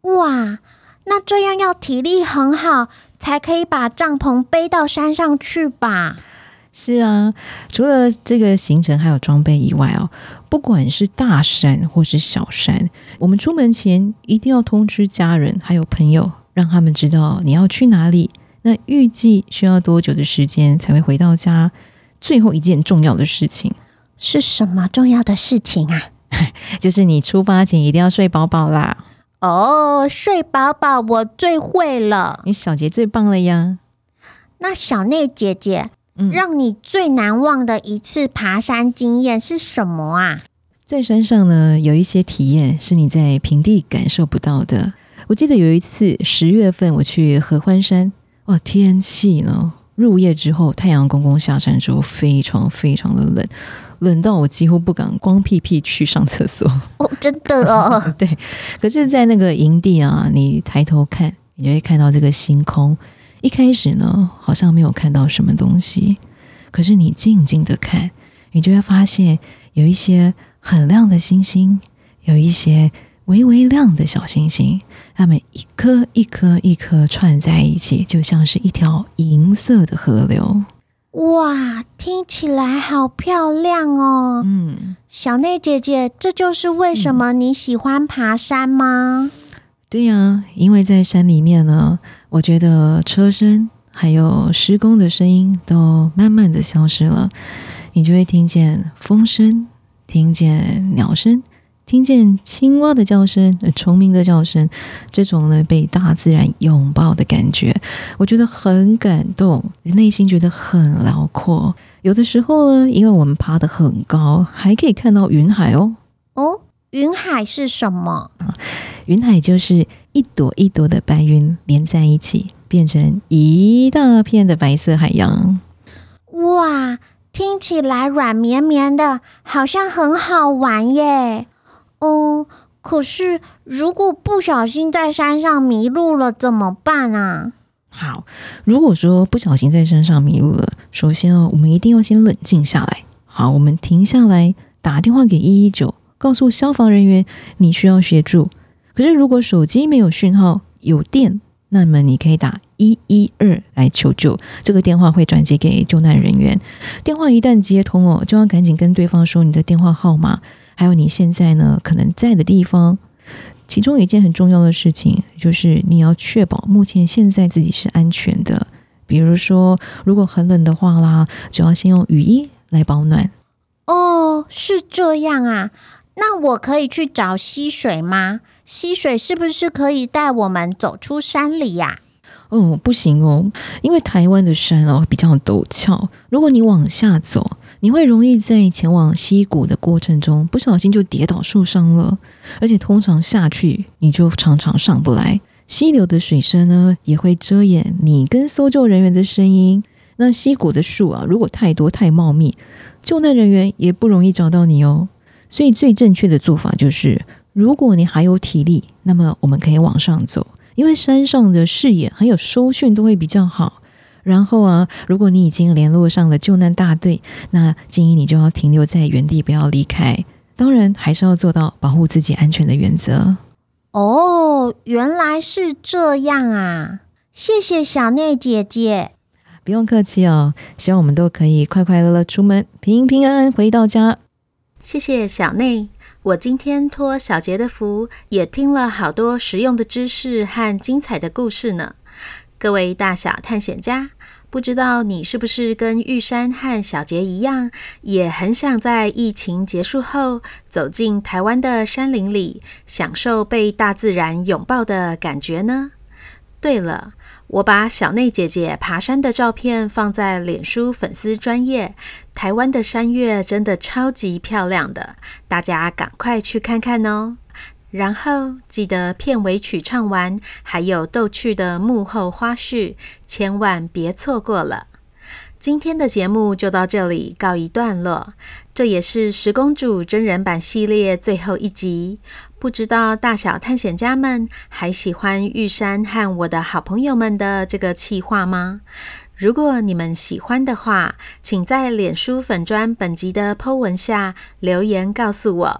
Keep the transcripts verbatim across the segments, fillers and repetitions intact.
哇，那这样要体力很好，才可以把帐篷背到山上去吧？ 是啊，除了这个行程还有装备以外哦，不管是大山或是小山，我们出门前一定要通知家人还有朋友，让他们知道你要去哪里，那预计需要多久的时间才会回到家。最后一件重要的事情是什么重要的事情啊？ 就是你出发前一定要睡饱饱啦。 哦，睡饱饱我最会了， 你小杰最棒了呀。 那小内姐姐， 嗯， 让你最难忘的一次爬山经验是什么啊？ 在山上呢，有一些体验是你在平地感受不到的。我记得有一次十月份我去合欢山，哇，天气呢入夜之后，太阳公公下山之后非常非常的冷，冷到我几乎不敢光屁屁去上厕所。 哦，真的哦。 对，可是在那个营地啊，你抬头看，你就会看到这个星空。一开始呢，好像没有看到什么东西，可是你静静的看，你就会发现有一些很亮的星星，有一些微微亮的小星星，它们一颗一颗一颗串在一起，就像是一条银色的河流。 哇，听起来好漂亮哦。 嗯， 小内姐姐，这就是为什么你喜欢爬山吗？ 对呀、啊，因为在山里面呢，我觉得车声还有施工的声音都慢慢的消失了，你就会听见风声，听见鸟声，听见青蛙的叫声，虫鸣的叫声，这种呢被大自然拥抱的感觉，我觉得很感动，内心觉得很辽阔。有的时候呢，因为我们爬得很高，还可以看到云海哦。 哦，云海是什么？ 云海就是一朵一朵的白云连在一起，变成一大片的白色海洋。 哇，听起来软绵绵的，好像很好玩耶。哦，可是如果不小心在山上迷路了怎么办啊？ 好，如果说不小心在山上迷路了，首先哦，我们一定要先冷静下来。好，我们停下来，打电话给一一九，告诉消防人员你需要协助。可是如果手机没有讯号，有电，那么你可以打一一二来求救，这个电话会转接给救难人员。电话一旦接通哦，就要赶紧跟对方说你的电话号码，还有你现在呢可能在的地方。其中一件很重要的事情就是你要确保目前现在自己是安全的，比如说如果很冷的话啦，就要先用雨衣来保暖。 哦，是这样啊。那我可以去找溪水吗？溪水是不是可以带我们走出山里呀、 啊？哦，不行哦，因为台湾的山哦比较陡峭，如果你往下走，你会容易在前往溪谷的过程中不小心就跌倒受伤了，而且通常下去你就常常上不来。溪流的水声呢也会遮掩你跟搜救人员的声音。那溪谷的树啊，如果太多太茂密，救难人员也不容易找到你哦。所以最正确的做法就是，如果你还有体力，那么我们可以往上走，因为山上的视野还有收讯都会比较好。然后啊，如果你已经联络上了救难大队，那建议你就要停留在原地，不要离开。当然，还是要做到保护自己安全的原则。 哦，原来是这样啊！谢谢小内姐姐。 不用客气哦，希望我们都可以快快乐乐出门，平平安安回到家。 谢谢小内，我今天托小杰的福，也听了好多实用的知识和精彩的故事呢。各位大小探险家，不知道你是不是跟玉山和小杰一样，也很想在疫情结束后走进台湾的山林里，享受被大自然拥抱的感觉呢？对了，我把小内姐姐爬山的照片放在脸书粉丝专页，台湾的山岳真的超级漂亮的，大家赶快去看看哦。然后记得片尾曲唱完，还有逗趣的幕后花絮，千万别错过了。今天的节目就到这里告一段落，这也是十公主真人版系列最后一集。不知道大小探险家们还喜欢玉山和我的好朋友们的这个企划吗？如果你们喜欢的话，请在脸书粉专本集的 po 文下留言告诉我。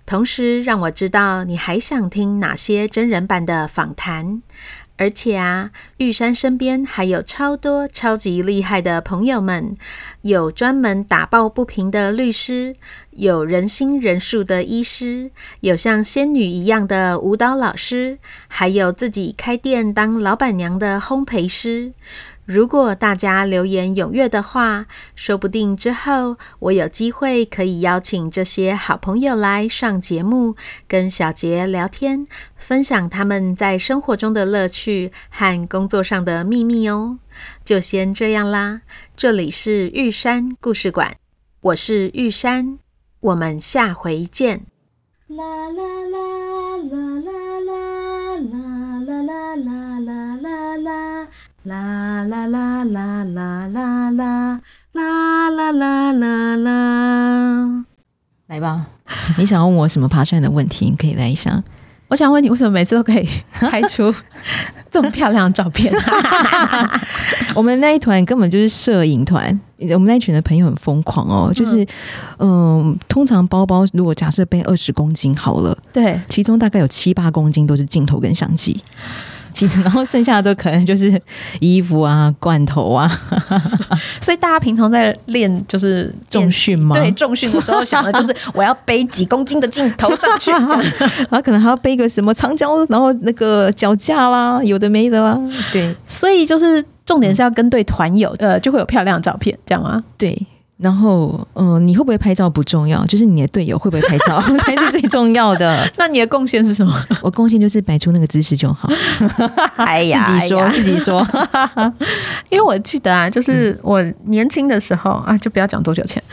同时让我知道你还想听哪些真人版的访谈。而且啊，玉山身边还有超多超级厉害的朋友们，有专门打抱不平的律师，有仁心仁术的医师，有像仙女一样的舞蹈老师，还有自己开店当老板娘的烘焙师。如果大家留言踊跃的话，说不定之后我有机会可以邀请这些好朋友来上节目，跟小杰聊天，分享他们在生活中的乐趣和工作上的秘密哦。就先这样啦，这里是玉山故事馆，我是玉山，我们下回见。 啦啦啦啦啦啦啦啦啦啦啦啦啦。啦啦啦啦啦啦啦啦啦啦啦啦， 来吧，你想问我什么爬山的问题？你可以来一下。 我想问你，为什么每次都可以拍出这么漂亮的照片？ 我们那一团根本就是摄影团，我们那一群的朋友很疯狂哦，就是嗯、呃，通常包包如果假设背二十公斤好了， 对， 其中大概有七八公斤都是镜头跟相机。然后剩下的都可能就是衣服啊、罐头啊， 所以大家平常在练就是重训吗？ 对，重训的时候想的就是我要背几公斤的镜头上去，然后可能还要背个什么长脚，然后那个脚架啦，有的没的啦。对， 所以就是重点是要跟对团友，呃，就会有漂亮的照片，这样吗？ 对。然后，嗯、呃，你会不会拍照不重要，就是你的队友会不会拍照才是最重要的。 那你的贡献是什么？ 我贡献就是摆出那个姿势就好。 哎呀， 自己说，哎、自己说。 因为我记得啊，就是我年轻的时候、嗯、啊，就不要讲多久前。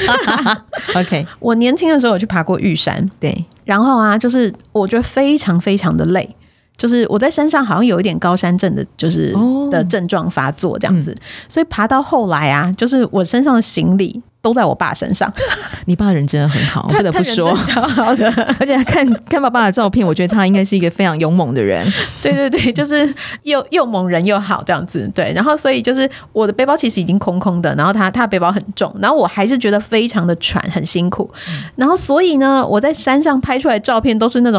OK， 我年轻的时候有去爬过玉山， 对， 然后啊，就是我觉得非常非常的累。就是我在山上好像有一点高山症的，就是的症状发作这样子、哦嗯，所以爬到后来啊，就是我身上的行李都在我爸身上。 你爸人真的很好，不得不说， 他人真超好的。 而且看看爸爸的照片，我觉得他应该是一个非常勇猛的人。 对对对，就是又又猛人又好这样子。对，然后所以就是我的背包其实已经空空的，然后他他的背包很重，然后我还是觉得非常的喘，很辛苦。嗯、然后所以呢，我在山上拍出来的照片都是那种。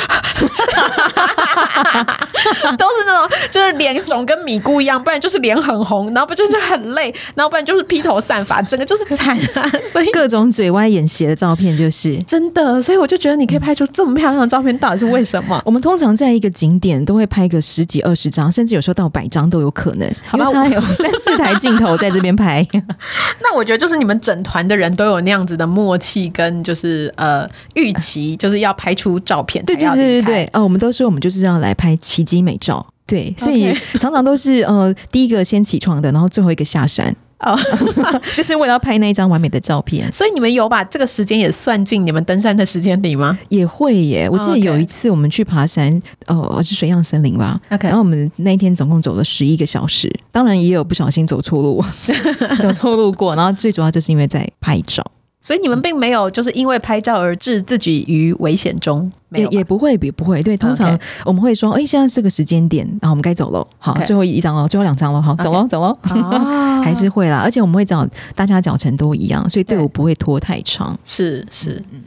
都是那种就是脸肿跟米糊一样，不然就是脸很红，然后不就是很累，然后不然就是披头散发，整个就是惨啊！所以各种嘴歪眼斜的照片就是真的，所以我就觉得你可以拍出这么漂亮的照片，到底是为什么？ 我们通常在一个景点都会拍个十几二十张，甚至有时候到百张都有可能。好吧，我有三四台镜头在这边拍。 那我觉得就是你们整团的人都有那样子的默契跟就是呃预期，就是要拍出照片才要离开。对对对对对， 哦，我们都说我们就是要来拍奇迹美照。对，所以常常都是呃第一个先起床的，然后最后一个下山。哦，就是为了要拍那一张完美的照片。 所以你们有把这个时间也算进你们登山的时间里吗？ 也会耶。我记得有一次我们去爬山，呃，是水漾森林吧。Okay. 然后我们那一天总共走了十一个小时，当然也有不小心走错路，走错路过。然后最主要就是因为在拍照。 所以你们并没有就是因为拍照而置自己于危险中， 也也不会，也不会。对，通常我们会说，哎、欸，现在是个时间点，然后我们该走了，好， okay. 最后一张了，最后两张了，好， okay. 走了，走了，哦、还是会啦。而且我们会找大家脚程都一样，所以队伍不会拖太长。 是是、嗯，